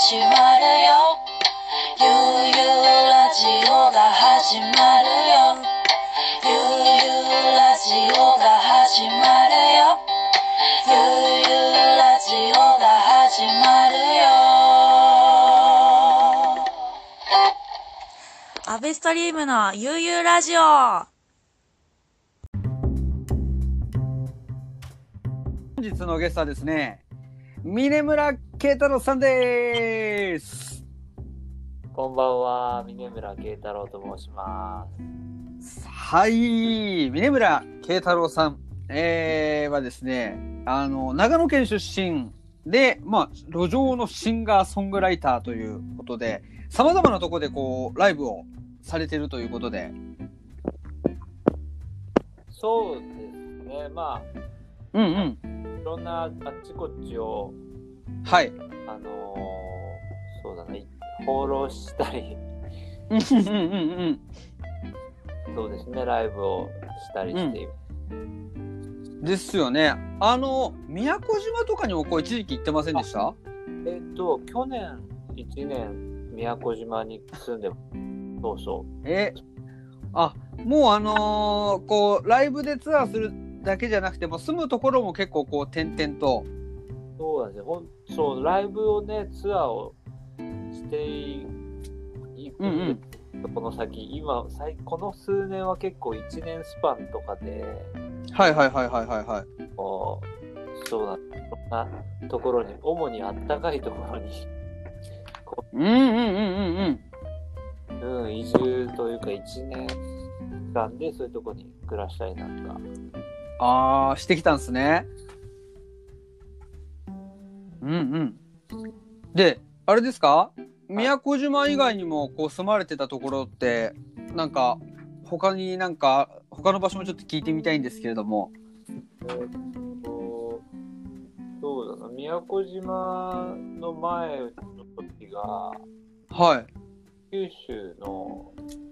始まるよ。ゆうゆうラジオが始まるよ。ゆうゆうラジオが始まるよ。ゆうゆうラジオが始まるよ。アベストリームのゆうゆうラジオ。 本日のゲストはですね、峯村慶太郎さんです。 こんばんは、峯村慶太郎と申します。 はい、峯村慶太郎さん、はですね、長野県出身で、路上のシンガーソングライターということで、さまざまなところでこうライブをされているということで。 そうですね、いろんなあっちこっちを、 はい、 そうだね、放浪したり、そうですね、ライブをしたりしている。 ですよね。宮古島とかにもこう一時期行ってませんでした？ 去年1年宮古島に住んで、そうそう。 もうこうライブでツアーするだけじゃなくても住むところも結構こう点々と。 そうなんですよ。そうライブをねツアーをしていくんですけど、この先この数年は結構1年スパンとかで、 はい。 そうだ、そんなところに主にあったかいところに移住というか1年間でそういうところに暮らしたりなんかしてきたんですね。で、あれですか？宮古島以外にもこう住まれてたところってなんか他の場所もちょっと聞いてみたいんですけれども。 そうだな、宮古島の前の時が、九州の、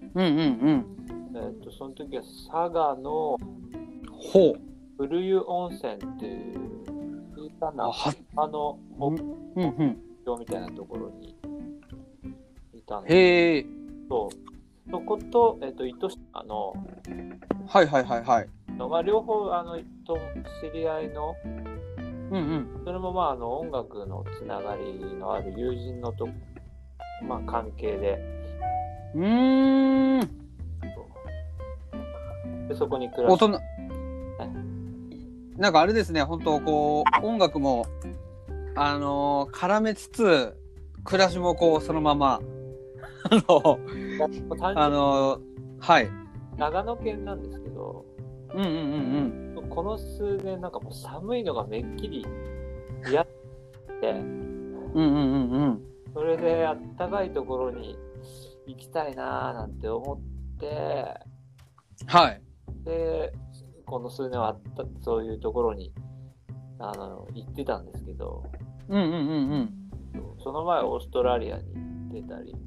その時は佐賀の古湯温泉っていう小さなみたいなところにいたんですけど、そこと糸島の両方知り合いの、それも音楽のつながりのある友人の関係で、でそこに暮らして、 なんかあれですね、本当こう音楽も絡めつつ暮らしもこうそのまま長野県なんですけど、この数年なんかもう寒いのがめっきり嫌って、それであったかいところに行きたいなーなんて思って、でこの数年はそういうところに行ってたんですけど、その前オーストラリアに行ってたり、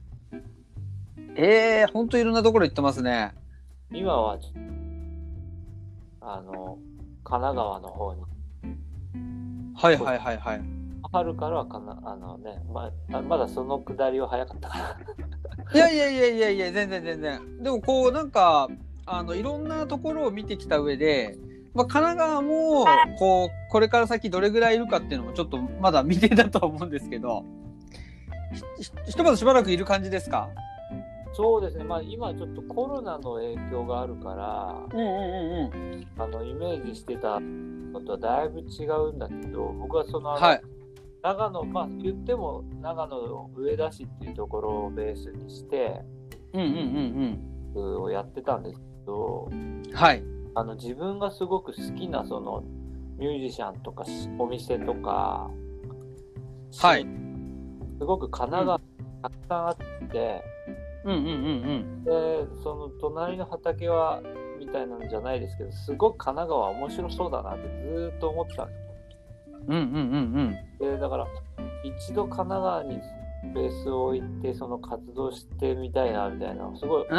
本当いろんなところ行ってますね。 今は神奈川の方に、春からはまだその下りは早かったかな。 いや全然。でもこうなんかいろんなところを見てきた上で、神奈川もこれから先どれぐらいいるかっていうのもちょっとまだ未定だと思うんですけど、ひとまずしばらくいる感じですか？ そうですね、今ちょっとコロナの影響があるから、イメージしてたのとはだいぶ違うんだけど、僕は長野、言っても長野の上田市っていうところをベースにしてをやってたんですけど、自分がすごく好きなそのミュージシャンとかお店とか、すごく神奈川にたくさんあって、でその隣の畑はみたいなのじゃないですけど、すごく神奈川面白そうだなってずっと思ってたんです。でだから一度神奈川にベースを置いてその活動してみたいなみたいな、すごい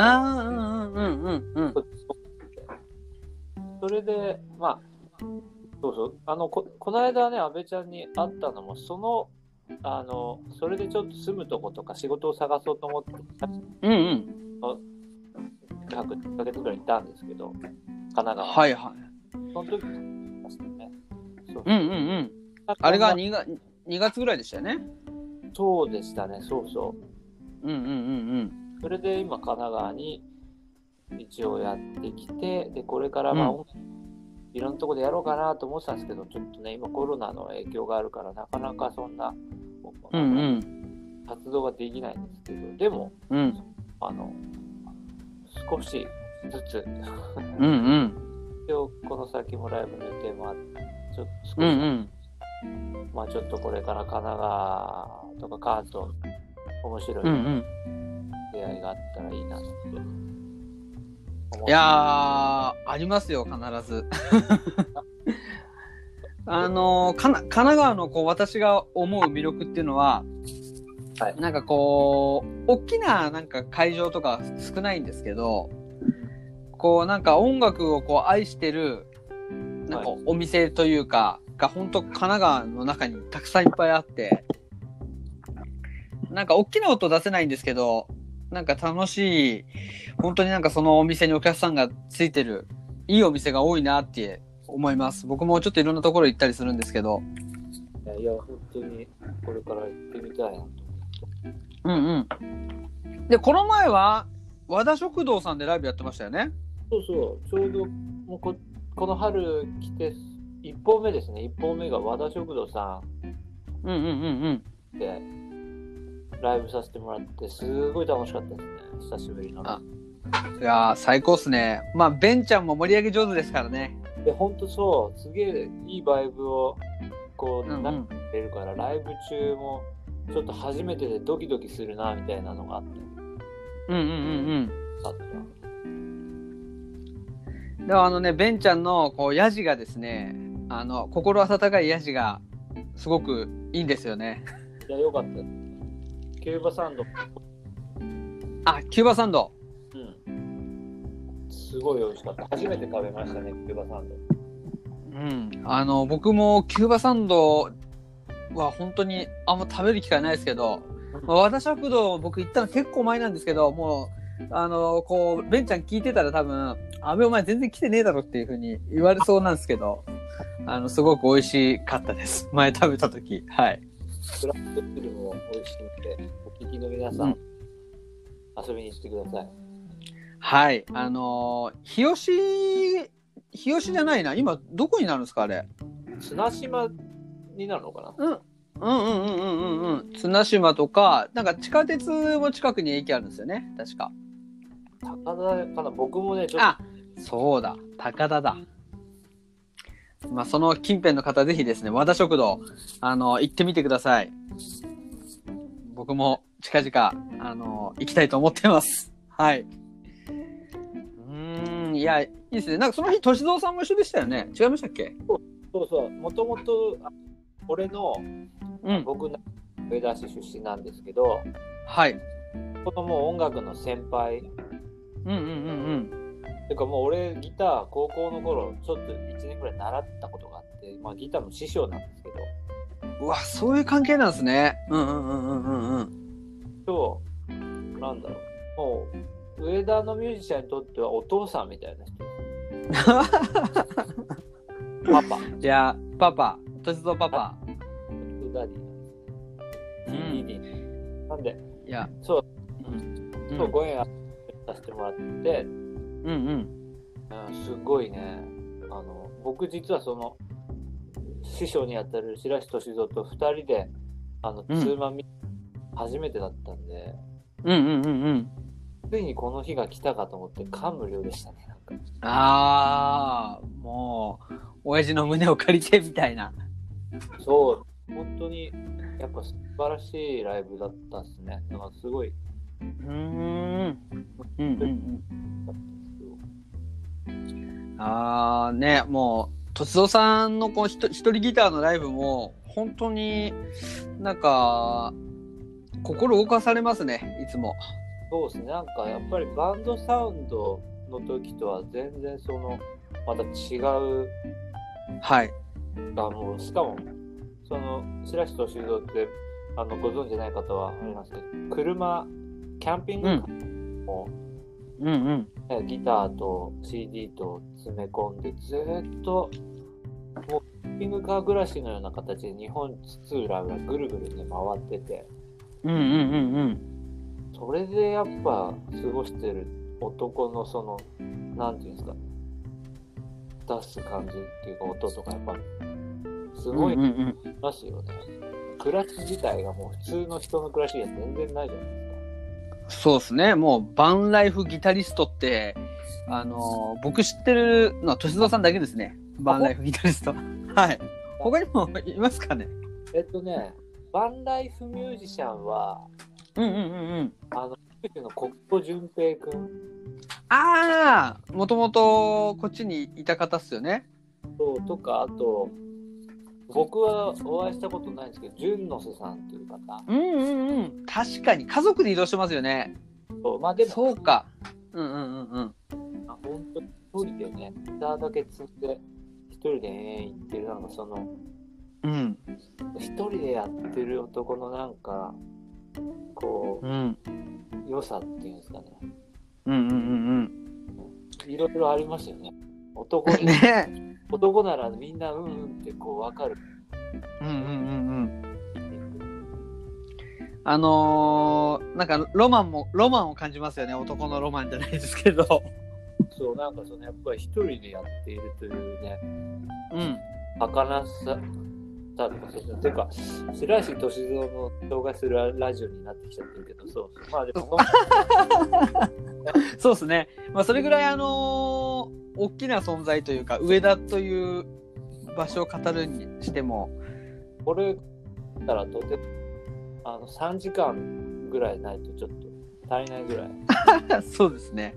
それでこの間ね阿部ちゃんに会ったのもそのそれでちょっと住むとことか仕事を探そうと思って、 うんうん。 1ヶ月ぐらいいたんですけど、神奈川。 はいはい。 その時にましたね。そううんうんうん。あれが2月ぐらいでしたよね。 そうでしたね、そうそうんうんうんうん。 う。それで今、神奈川に一応やってきて、で、これからまあ、いろんなところでやろうかなと思ってたんですけど、ちょっとね、今コロナの影響があるから、なかなかそんな、活動ができないんですけど、でも、少しずつ、一応この先もライブの予定もあって、ちょっと少し、まあちょっとこれから神奈川とか関東、面白い出会いがあったらいいなって思って。 いやー、ありますよ、必ず。神奈川の私が思う魅力っていうのは、はい、なんか大きななんか会場とか少ないんですけど、なんか音楽を愛してるなんかお店というか、が本当神奈川の中にたくさんいっぱいあって、なんか大きな音出せないんですけど、なんか楽しい、本当になんかそのお店にお客さんがついてるいいお店が多いなって思います。僕もちょっといろんなところ行ったりするんですけど。 いや本当にこれから行ってみたいなと。 で、この前は和田食堂さんでライブやってましたよね。 そうそう、ちょうどもうこの春来て1本目ですね。1本目が和田食堂さんでライブさせてもらって、すごい楽しかったですね。久しぶりの。 いやー、最高っすね。まあベンちゃんも盛り上げ上手ですからね。 ほんとそう、すげえいいバイブをなってるから、ライブ中もちょっと初めてでドキドキするなみたいなのがあって。あった。 でもベンちゃんのヤジがですね、心温かいヤジがすごくいいんですよね。 いや、よかった。キューバサンド。 キューバサンド。 すごい美味しかった。初めて食べましたね、キューバサンド。僕もキューバサンドは本当にあんま食べる機会ないですけど、和田食堂僕行ったの結構前なんですけど、もうベンちゃん聞いてたら多分阿部お前全然来てねえだろっていう風に言われそうなんですけど、すごく美味しかったです。前食べた時。はい。 クラフトビールも美味しくて、お聞きの皆さん、遊びに来てください。 はい。日吉じゃないな。今どこになるんですかあれ。 綱島になるのかな。 綱島とか、なんか地下鉄も近くに駅あるんですよね。確か。 高田かな。僕もねちょっと。そうだ。高田だ。まあその近辺の方ぜひですね、和田食堂行ってみてください。僕も近々行きたいと思ってます。はい。いや、いいですね。なんかその日、歳三さんも一緒でしたよね。違いましたっけ？ そう。もともと、俺の、僕の上田市出身なんですけど、 はい。 このもう音楽の先輩。てかもう俺、ギター、高校の頃、ちょっと1年くらい習ったことがあって、まあギターの師匠なんですけど。 うわ、そういう関係なんですね。 そう、なんだろう。もう、上田のミュージシャンにとってはお父さんみたいな人です。パパ。 いや、パパ。歳三パパ。 ダディ。なんで、 いや、 そう、ご縁させてもらって、すごいね。僕実はその、師匠にあたる白石歳三と2人で、ツーマン見初めてだったんで、ついにこの日が来たかと思って感無量でしたね。 もう親父の胸を借りてみたいな。 そう、本当にやっぱ素晴らしいライブだったですね。だからすごい。 ね、もう歳三さんの一人ギターのライブも本当になんか心動かされますね、いつも。 そうですね。なんかやっぱりバンドサウンドの時とは全然また違う。 はい。 もうしかも白石歳三ってご存知ない方はありますけど、キャンピングカーも、ギターと CD と詰め込んで、ずっともうキャンピングカー暮らしのような形で日本津々浦々ぐるぐるね回ってて、それでやっぱ過ごしてる男のそのなんていうんですか、出す感じっていうか音とかやっぱすごいますよね。暮らし自体がもう普通の人の暮らしが全然ないじゃないですか。 そうですね。もうバンライフギタリストって僕知ってるのは歳三さんだけですね。バンライフギタリスト。はい。他にもいますかね。 バンライフミュージシャンは九州の国保淳平くん。 もともとこっちにいた方っすよね。 そうとか、あと僕はお会いしたことないんですけど、淳之瀬さんっていう方。 確かに家族で移動してますよね。 そう、でもそうか。 本当に一人でね、ギターだけ積んで一人で行ってる、なんかその一人でやってる男のなんかこう、良さっていうんですかね。いろいろありますよね。男にね、男ならみんなってこう分かる。 なんかロマンを感じますよね。男のロマンじゃないですけど。 そう、なんかそのやっぱり一人でやっているというね、儚さだとか、ていうか白石俊三の紹介するラジオになってきちゃってるけど、そうでもそうですね。それぐらい大きな存在というか、上田という場所を語るにしても、 これたらとても3時間ぐらいないとちょっと足りないぐらい。 そうですね。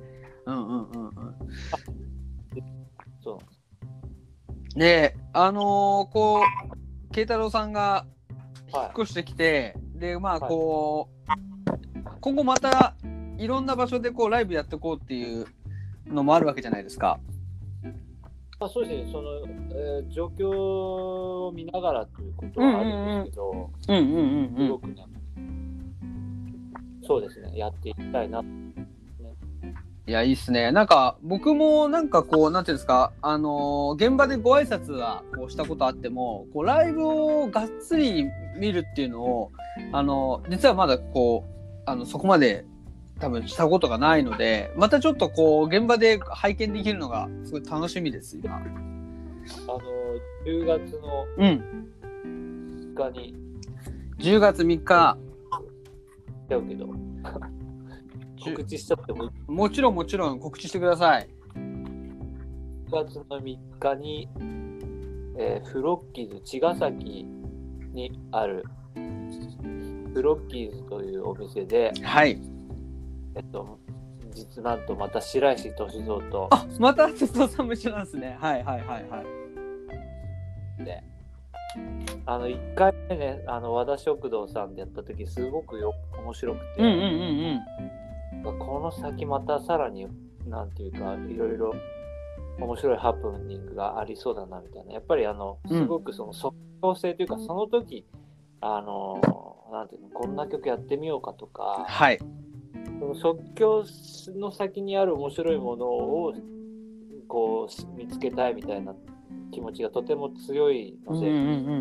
そうで、こう慶太郎さんが引っ越してきて、でこう、今後またいろんな場所でこうライブやっていこうっていうのもあるわけじゃないですか。 そうですね。その、状況を見ながらということはあるんですけど、すごくね、そうですね、やっていきたいな。 いや、いいっすね。なんか僕もなんかこう、なんていうんですか、現場でご挨拶はこうしたことあっても、こうライブをがっつり見るっていうのを実はまだこうそこまで多分したことがないので、またちょっとこう現場で拝見できるのがすごい楽しみです今。 10月の3日に、 10月3日だけど告知しちゃってもちろん告知してください。 10月の3日に、フロッキーズ茅ヶ崎にあるフロッキーズというお店で、実なんとまた白石俊三と、 また俊三さんも一緒なんですね。 で、1回目ね、和田食堂さんでやった時すごく面白くて、この先またさらになんていうかいろいろ面白いハプニングがありそうだなみたいな。やっぱりすごくその即興性というか、その時なんていうの、こんな曲やってみようかとか、その即興の先にある面白いものをこう見つけたいみたいな気持ちがとても強いので、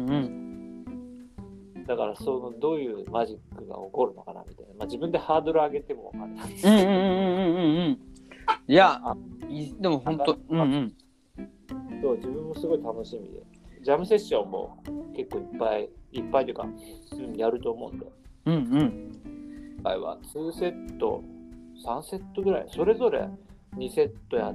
だからそのどういうマジックが起こるのかなみたいな、自分でハードル上げてもあれなんですけど、 いやでも本当そう、自分もすごい楽しみで、ジャムセッションも結構いっぱいというか、やると思うんで、今回は2セット3セットぐらいそれぞれ2セットやって、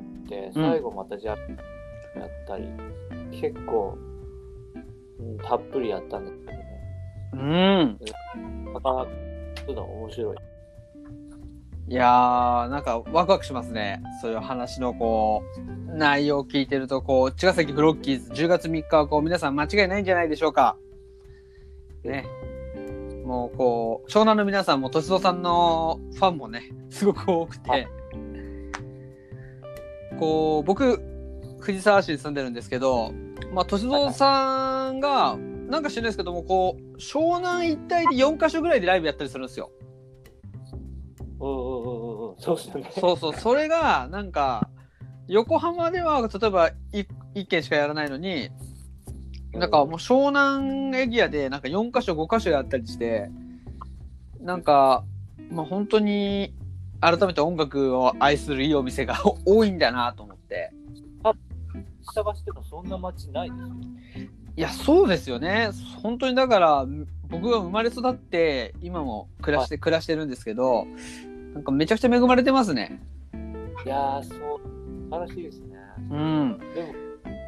最後またジャムやったり、結構、たっぷりやったんですけどね。また面白い。 いやー、なんかワクワクしますね。そういう話のこう内容を聞いてると、こう茅ヶ崎フロッキーズ10月3日はこう皆さん間違いないんじゃないでしょうかね。もうこう湘南の皆さんも歳三さんのファンもねすごく多くて、こう僕藤沢市に住んでるんですけど、歳三さんがなんか知らないですけども、こう湘南一帯で4カ所ぐらいでライブやったりするんですよ。 そうですよね。 そうそう、それがなんか横浜では例えば1軒しかやらないのに、なんかもう湘南エリアでなんか4カ所5カ所やったりして、なんかまあ本当に改めて音楽を愛するいいお店が多いんだなと思って。 探してもそんな街ないですよ。 いやそうですよね。本当にだから僕が生まれ育って今も暮らしてるんですけど、なんかめちゃくちゃ恵まれてますね。 いやー、そう素晴らしいですね。 うん。 でも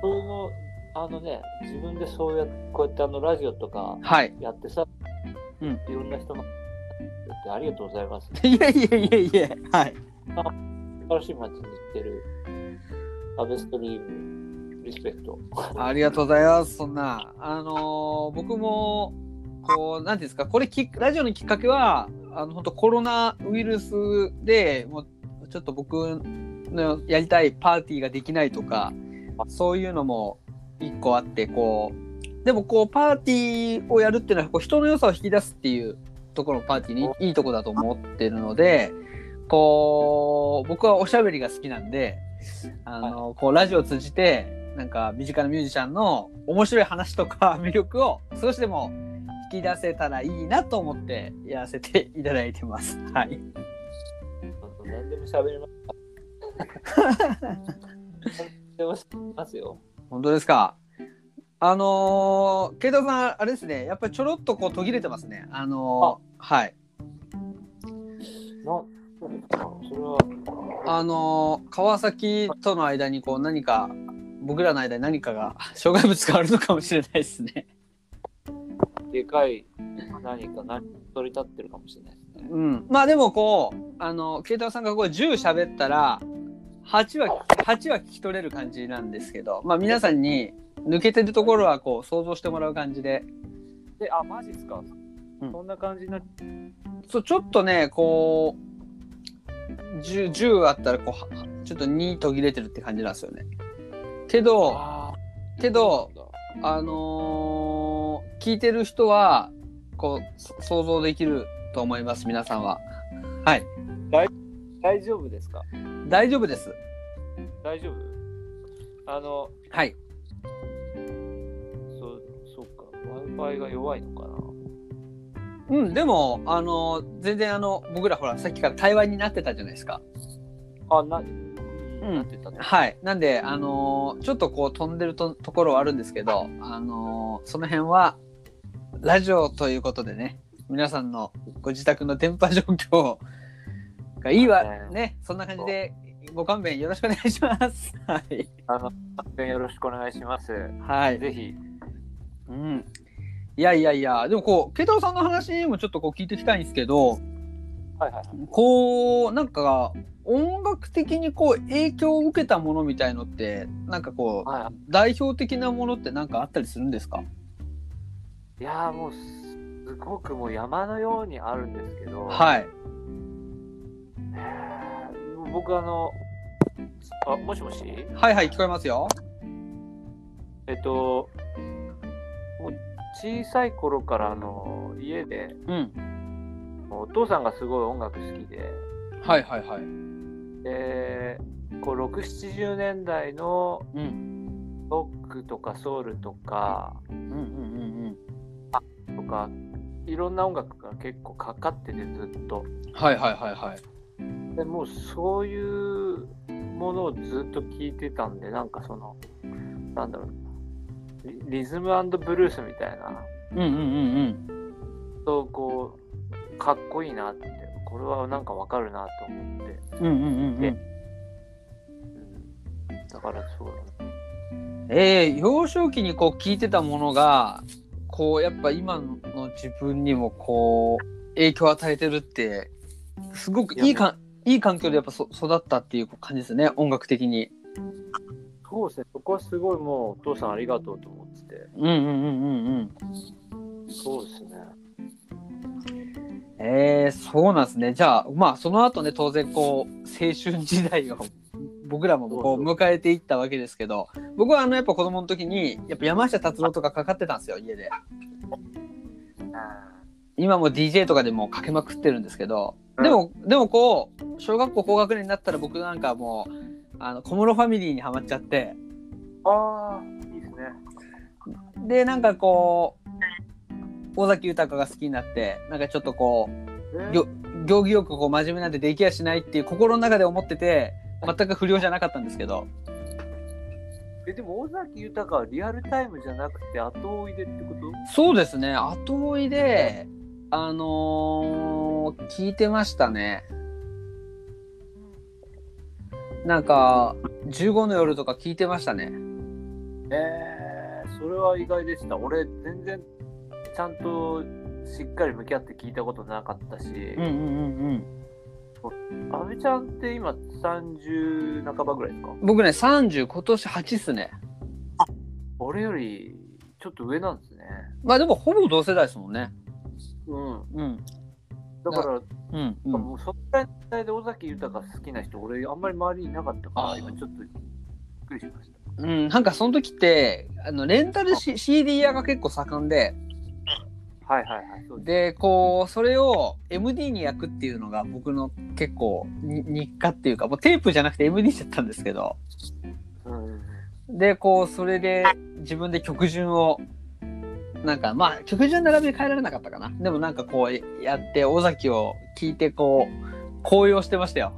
自分でそうやってこうやってラジオとかやってさ、 うん、 いろんな人のってありがとうございます。 いやいやいやいや、はい。 素晴らしい街に行ってるアベストリームリスペクト。 ありがとうございます。そんな僕もこうなんていうんですか、これラジオのきっかけは本当コロナウイルスでもうちょっと僕のやりたいパーティーができないとか、そういうのも一個あって、こうでもこうパーティーをやるっていうのはこう人の良さを引き出すっていうところのパーティーにいいとこだと思ってるので、こう僕はおしゃべりが好きなんで、こうラジオを通じてなんか身近なミュージシャンの面白い話とか魅力を少しでも引き出せたらいいなと思ってやらせていただいてます。はい。 何でも喋りますよ。 本当ですか。慶太さんあれですね、やっぱりちょろっとこう途切れてますね。はい。 それは川崎との間にこう何か僕らの間に何かが障害物があるのかもしれないですね。 でかい何取り立ってるかもしれないですね。 うん。まあでもこう慶太さんがこう10喋ったら8は聞き取れる感じなんですけど、まあ皆さんに抜けてるところはこう想像してもらう感じで。 マジっすか。そんな感じになって。 そうちょっとねこう10あったらこうちょっと2途切れてるって感じなんですよね。けど聞いてる人はこう想像できると思います。皆さんは。はい。 大丈夫ですか？ 大丈夫です。 大丈夫？ はい。 そうか。Wi-Fi が弱いのかな。 うん、でも全然僕らほらさっきから対話になってたじゃないですか。なってたね。はい。なんでちょっとこう飛んでるところはあるんですけど、その辺はラジオということでね、皆さんのご自宅の電波状況がいいわね、そんな感じでご勘弁よろしくお願いします。はい。 よろしくお願いします。 はい。 ぜひ。 うん。いやでもこう慶太郎さんの話もちょっとこう聞いていきたいんですけど、こうなんか音楽的にこう影響を受けたものみたいのってなんかこう、代表的なものってなんかあったりするんですか？ いやもうすごくもう山のようにあるんですけど、 はい。 僕もしもし？ はいはい、聞こえますよ。 もう小さい頃から家で、お父さんがすごい音楽好きで、 はいはいはい。 でこう6、70年代のロックとかソウルとか、とかいろんな音楽が結構かかっててずっと。 はいはいはいはい。 でもうそういうものをずっと聴いてたんで、なんかなんだろう、リズム&ブルースみたいな、とこうかっこいいなって、これはなんかわかるなと思って、だからそうだね。 幼少期にこう聞いてたものがこうやっぱ今の自分にもこう影響を与えてるって、すごくいい環境でやっぱ育ったっていう感じですね、音楽的に。 そうですね、そこはすごいもうお父さんありがとうと思ってて。そうですね。 そうなんですね。じゃあまあその後ね、当然こう青春時代を僕らもこう迎えていったわけですけど、僕はやっぱ子供の時にやっぱ山下達郎とかかかってたんですよ、家で。今も DJ とかでもかけまくってるんですけど、でもこう小学校高学年になったら僕なんかもう小室ファミリーにハマっちゃって、 ああいいですね。 でなんかこう尾崎豊が好きになって、なんかちょっとこう行儀よくこう真面目なんてできやしないっていう心の中で思ってて、全く不良じゃなかったんですけど。 でも尾崎豊はリアルタイムじゃなくて後追いでってこと？ そうですね、後追いで聞いてましたね。なんか15の夜とか聞いてましたね。 それは意外でした。俺全然ちゃんとしっかり向き合って聞いたことなかったし。阿部ちゃんって今30半ばぐらいですか？ 僕ね30今年8っすね。 俺よりちょっと上なんですね。 まあでもほぼ同世代ですもんね。 だからもうそのぐらいの時代で尾崎豊好きな人俺あんまり周りにいなかったから今ちょっとびっくりしました。 なんかその時ってレンタル、CD 屋が結構盛んで、そうでこうそれを MD に焼くっていうのが僕の結構日課っていうか、もうテープじゃなくて MD だったんですけど、でこうそれで自分で曲順をなんかまあ曲順並びで変えられなかったかな。でもなんかこうやって尾崎を聴いてこう高揚してましたよ。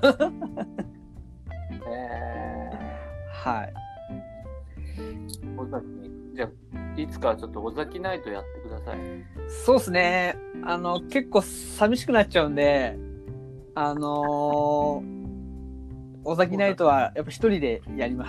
はい。 尾崎じゃあいつかちょっと尾崎ナイトやってください。 そうですね。結構寂しくなっちゃうんで、尾崎ナイトはやっぱ一人でやります。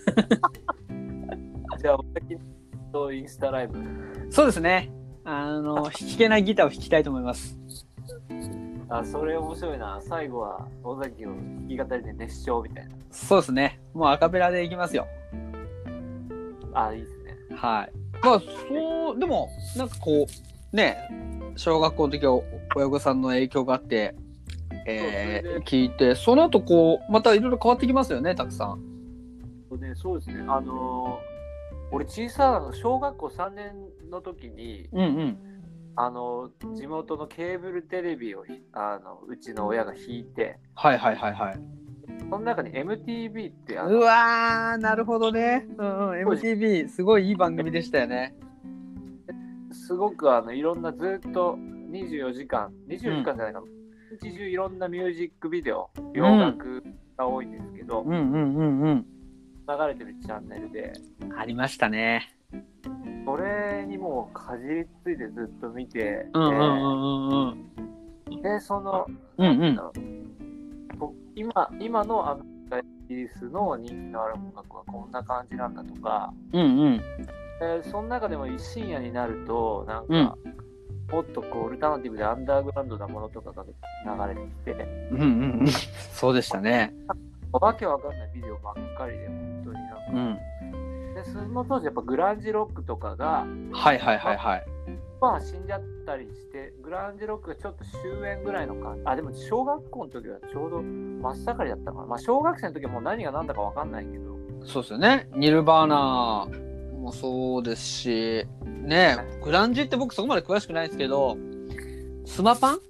じゃあ尾崎とインスタライブ。 そうですね。弾けないギターを弾きたいと思います。 それ面白いな。最後は尾崎を弾き語りで熱唱みたいな。 そうですね。もうアカペラでいきますよ。 いいですね。 はい。まあでもなんかこうね、小学校の時は親御さんの影響があって、聞いて、その後こうまたいろいろ変わってきますよね、たくさん。 そうですね。俺小さい小学校3年の時に、地元のケーブルテレビをうちの親が引いて、その中に MTV ってうわー、なるほどね。MTV すごいいい番組でしたよね。 すごくいろんなずっと24時間じゃないかな、一日中いろんなミュージックビデオ、洋楽が多いんですけど、流れてるチャンネルでありましたね。 それにもうかじりついてずっと見て、でその、今のアメリカイギリスの人気のある音楽はこんな感じなんだとか、その中でも深夜になるとなんか、もっとこうオルタナティブでアンダーグラウンドなものとかが流れてきて、 そうでしたね。 わけわかんないビデオばっかりで本当になんか、でその当時やっぱグランジロックとかがまあ死んじゃったりして、グランジロックがちょっと終焉ぐらいの感じ。でも小学校の時はちょうど真っ盛りだったかな。まあ小学生の時はもう何が何だかわかんないけど。 そうですよね。ニルバーナもそうですし、ね、グランジって僕そこまで詳しくないですけど、スマパン？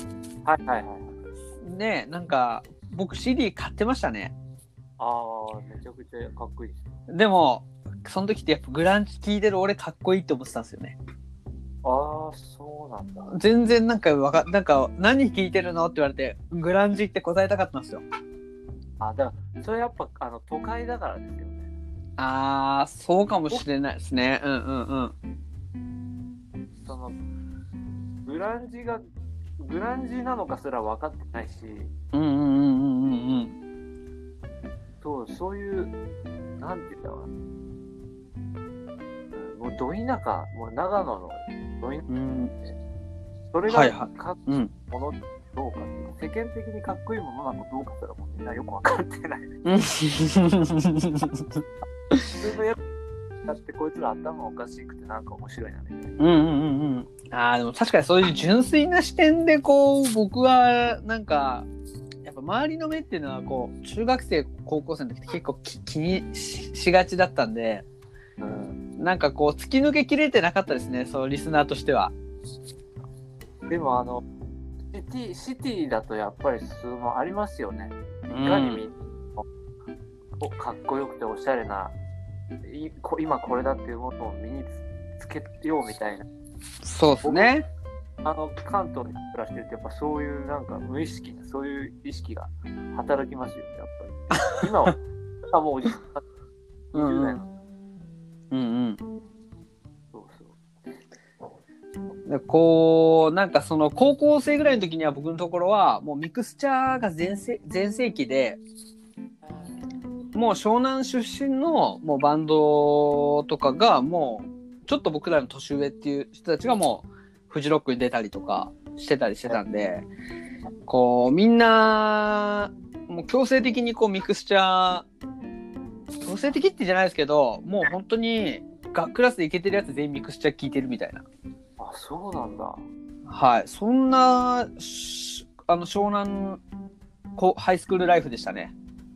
ね、なんか僕 CD 買ってましたね。 めちゃくちゃかっこいいです。 でもその時ってやっぱグランジ聴いてる俺かっこいいって思ってたんですよね。 そうなんだ。 全然なんか何聴いてるのって言われてグランジって答えたかったんですよ。 だからそれやっぱ都会だからですよね。 そうかもしれないですね。 そのグランジなのかすら分かってないし、そういうなんて言ったかな、もうど田舎、もう長野のど田舎、それがかっこいいものどうかっていうか、世間的にかっこいいものなのかどうかすらもみんなよく分かってない。普通のやつだってこいつら頭おかしくてなんか面白いなみたいな。 でも確かにそういう純粋な視点でこう僕はなんかやっぱ周りの目っていうのはこう中学生高校生の時って結構気に しがちだったんで、なんかこう突き抜けきれてなかったですね、そうリスナーとしては。 でもシティだとやっぱりそのありますよね。いかにみんなかっこよくておしゃれな今これだっていうものを身につけようみたいな。 そうですね。 関東に暮らしてるとやっぱそういうなんか無意識なそういう意識が働きますよね、やっぱり。今はもうおじさん20代の。そうでこうなんかその高校生ぐらいの時には僕のところはもうミクスチャーが全盛期で、もう湘南出身のもうバンドとかがもうちょっと僕らの年上っていう人たちがもうフジロックに出たりとかしてたんで、こうみんなもう強制的にこうミクスチャー、強制的ってじゃないですけど、もう本当にクラスでイケてるやつ全員ミクスチャー聴いてるみたいな。 あ、そうなんだ。 はい、そんな湘南ハイスクールライフでしたね。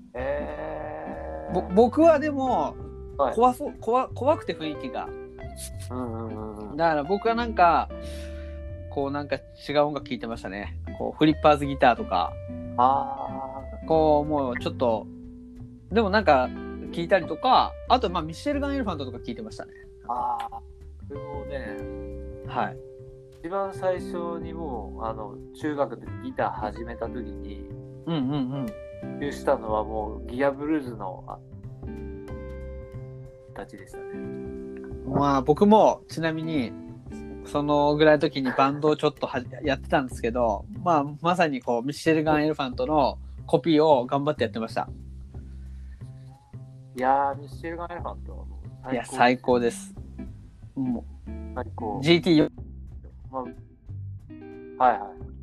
僕はでも、はい、怖くて雰囲気が、だから僕はなんかこうなんか違う音楽聴いてましたね。こうフリッパーズギターとか、こうもうちょっとでもなんか聴いたりとか、あとまあミシェルガン・エレファントとか聴いてましたね。 それもね、 はい。 一番最初にもう中学でギター始めた時に普及したのはもうギアブルーズのたちでしたね。 まあ僕もちなみにそのぐらいの時にバンドをちょっとやってたんですけど、まあまさにこうミシェルガン・エレファントのコピーを頑張ってやってました。 いやー、ミシェルガン・エレファントはもう最高です。もう最高。 GT、 はい。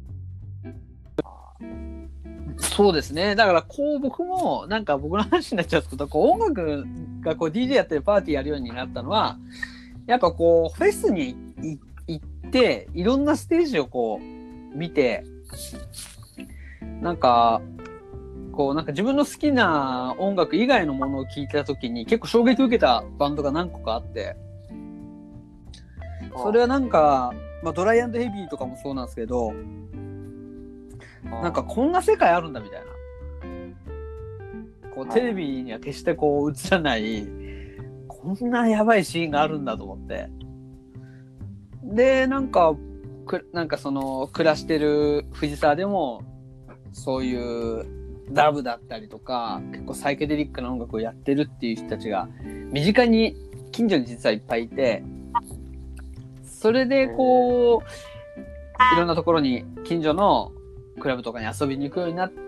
そうですね。だからこう僕もなんか僕の話になっちゃうんですけど、こう音楽がこう DJ やってるパーティーやるようになったのは、やっぱこうフェスに行っていろんなステージをこう見て、なんかこうなんか自分の好きな音楽以外のものを聴いた時に結構衝撃を受けたバンドが何個かあって、それはなんか、まあ、ドライ&ヘビーとかもそうなんですけど、なんかこんな世界あるんだみたいな、こうテレビには決してこう映らないこんなやばいシーンがあるんだと思って、でなんかその暮らしてる藤沢でもそういうダブだったりとか結構サイケデリックな音楽をやってるっていう人たちが身近に近所に実はいっぱいいて、それでこういろんなところに近所のクラブとかに遊びに行くようになって、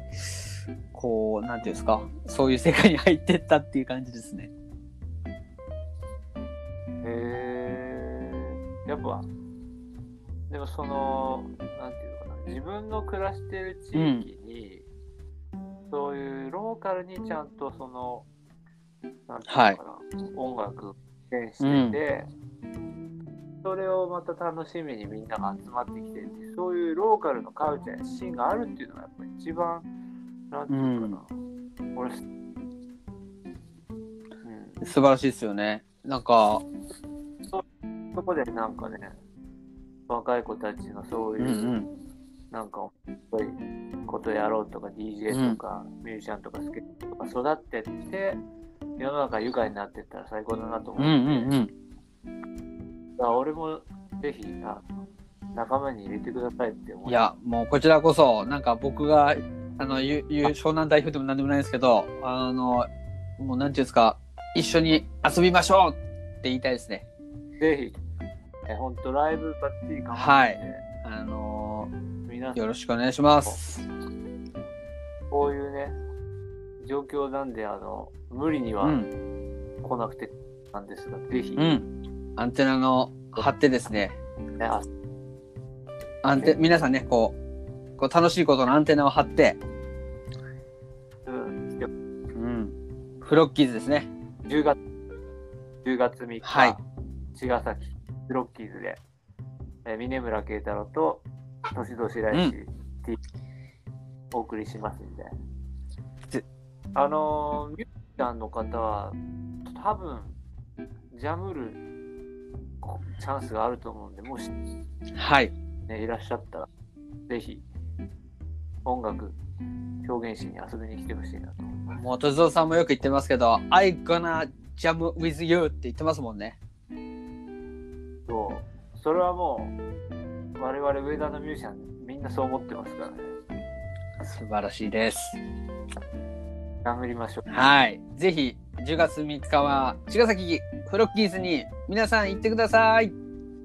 こうなんていうんですか、そういう世界に入ってったっていう感じですね。 やっぱでもそのなんていうのかな、自分の暮らしてる地域に、そういうローカルにちゃんとそのなんていうのかな、音楽を演してて、それをまた楽しみにみんなが集まってきてるっていう、そういうローカルのカルチャーやシーンがあるっていうのがやっぱり一番なんていうかな、俺素晴らしいですよね。なんかそこでなんかね、若い子たちのそういう、なんかそういうことやろうとか DJ とか、ミュージシャンとかスケートとか育ってって世の中愉快になってったら最高だなと思って、俺もぜひ仲間に入れてくださいって思う。 いやもうこちらこそ、なんか僕が湘南代表でも何でもないんですけど、もうなんていうんですか、一緒に遊びましょうって言いたいですね。 ぜひ本当ライブバッチリ頑張って、 皆さんよろしくお願いします。 こういうね状況なんで無理には来なくてなんですが、ぜひ、 アンテナの張ってですね、皆さんねこう楽しいことのアンテナを張って、フロッキーズですね。 10月3日、茅ヶ崎フロッキーズで、峰村慶太郎と年来し、 お送りしますんで。 ぜミュージシャンの方は多分ジャムるチャンスがあると思うんで、もし、 はい。 ね、いらっしゃったらぜひ音楽表現しに遊びに来てほしいなと思います。 もうとぞさんもよく言ってますけど、I gonna jam with you って言ってますもんね。 それはもう我々上田のミュージシャンみんなそう思ってますからね。 素晴らしいです。 頑張りましょう。 はい。ぜひ10月3日は茅ヶ崎フロッキーズに皆さん行ってください。 よ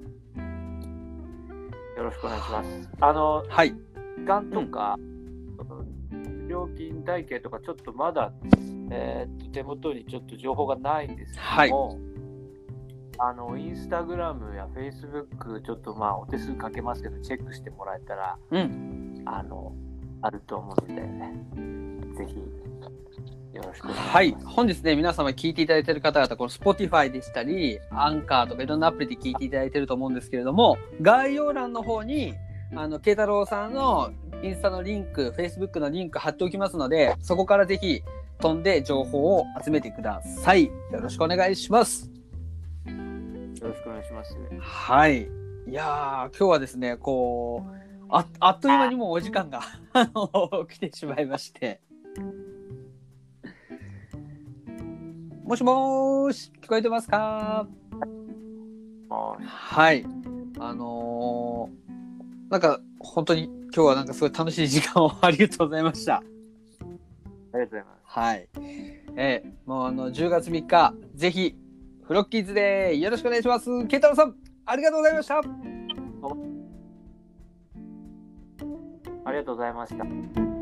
ろしくお願いします。 はい。 時間とか、料金体系とかちょっとまだ、手元にちょっと情報がないんですけども、インスタグラムやフェイスブックちょっとお手数かけますけどチェックしてもらえたら、あると思うので、ぜひよろしくお願いします。 はい。本日ね、皆様聞いていただいている方々、この Spotify でしたり、アンカーとかいろんなアプリで聞いていただいていると思うんですけれども、概要欄の方に、慶太郎さんのインスタのリンク、Facebook のリンク貼っておきますので、そこからぜひ飛んで情報を集めてください。よろしくお願いします。 よろしくお願いします。 はい。いやー、今日はですね、あっという間にもうお時間が来てしまいまして。もしもーし、聞こえてますか？はい。なんか本当に今日はなんかすごい楽しい時間をありがとうございました。 ありがとうございます。 はい。もう10月3日、ぜひフロッキーズでよろしくお願いします。慶太郎さん、ありがとうございました。 ありがとうございました。